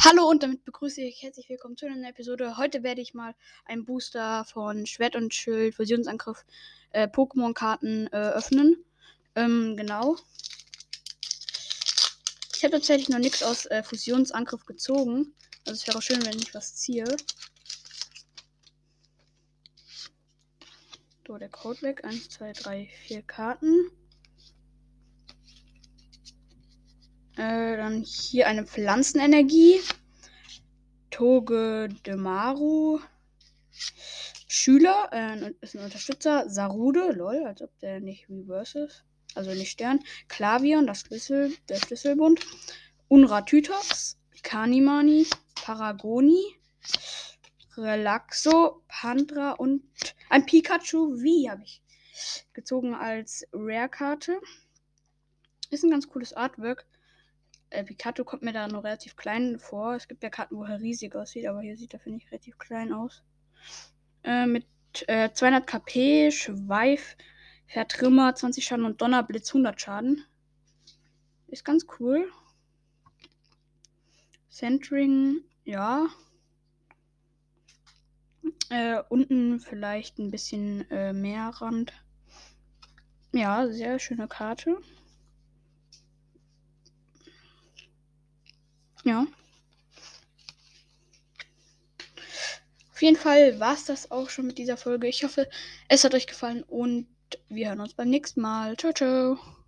Hallo und damit begrüße ich herzlich willkommen zu einer Episode. Heute werde ich mal einen Booster von Schwert und Schild Fusionsangriff Pokémon-Karten öffnen. Genau. Ich habe tatsächlich noch nichts aus Fusionsangriff gezogen. Also es wäre schön, wenn ich was ziehe. So, der Code weg. 1, 2, 3, 4 Karten. Dann hier eine Pflanzenenergie. Togedemaru. Schüler, ist ein Unterstützer. Sarude, lol, als ob der nicht Reverse ist. Also nicht Stern. Klavion, der Schlüsselbund. Unratütox, Kanimani, Paragoni, Relaxo, Pandra und ein Pikachu V habe ich gezogen als Rare-Karte. Ist ein ganz cooles Artwork. Pikachu kommt mir da nur relativ klein vor. Es gibt ja Karten, wo er riesig aussieht, aber hier sieht er, finde ich, relativ klein aus. Mit 200 KP, Schweif, Vertrümmer, 20 Schaden und Donnerblitz, 100 Schaden. Ist ganz cool. Centering, ja. Unten vielleicht ein bisschen mehr Rand. Ja, sehr schöne Karte. Ja. Auf jeden Fall war es das auch schon mit dieser Folge. Ich hoffe, es hat euch gefallen und wir hören uns beim nächsten Mal. Ciao, ciao.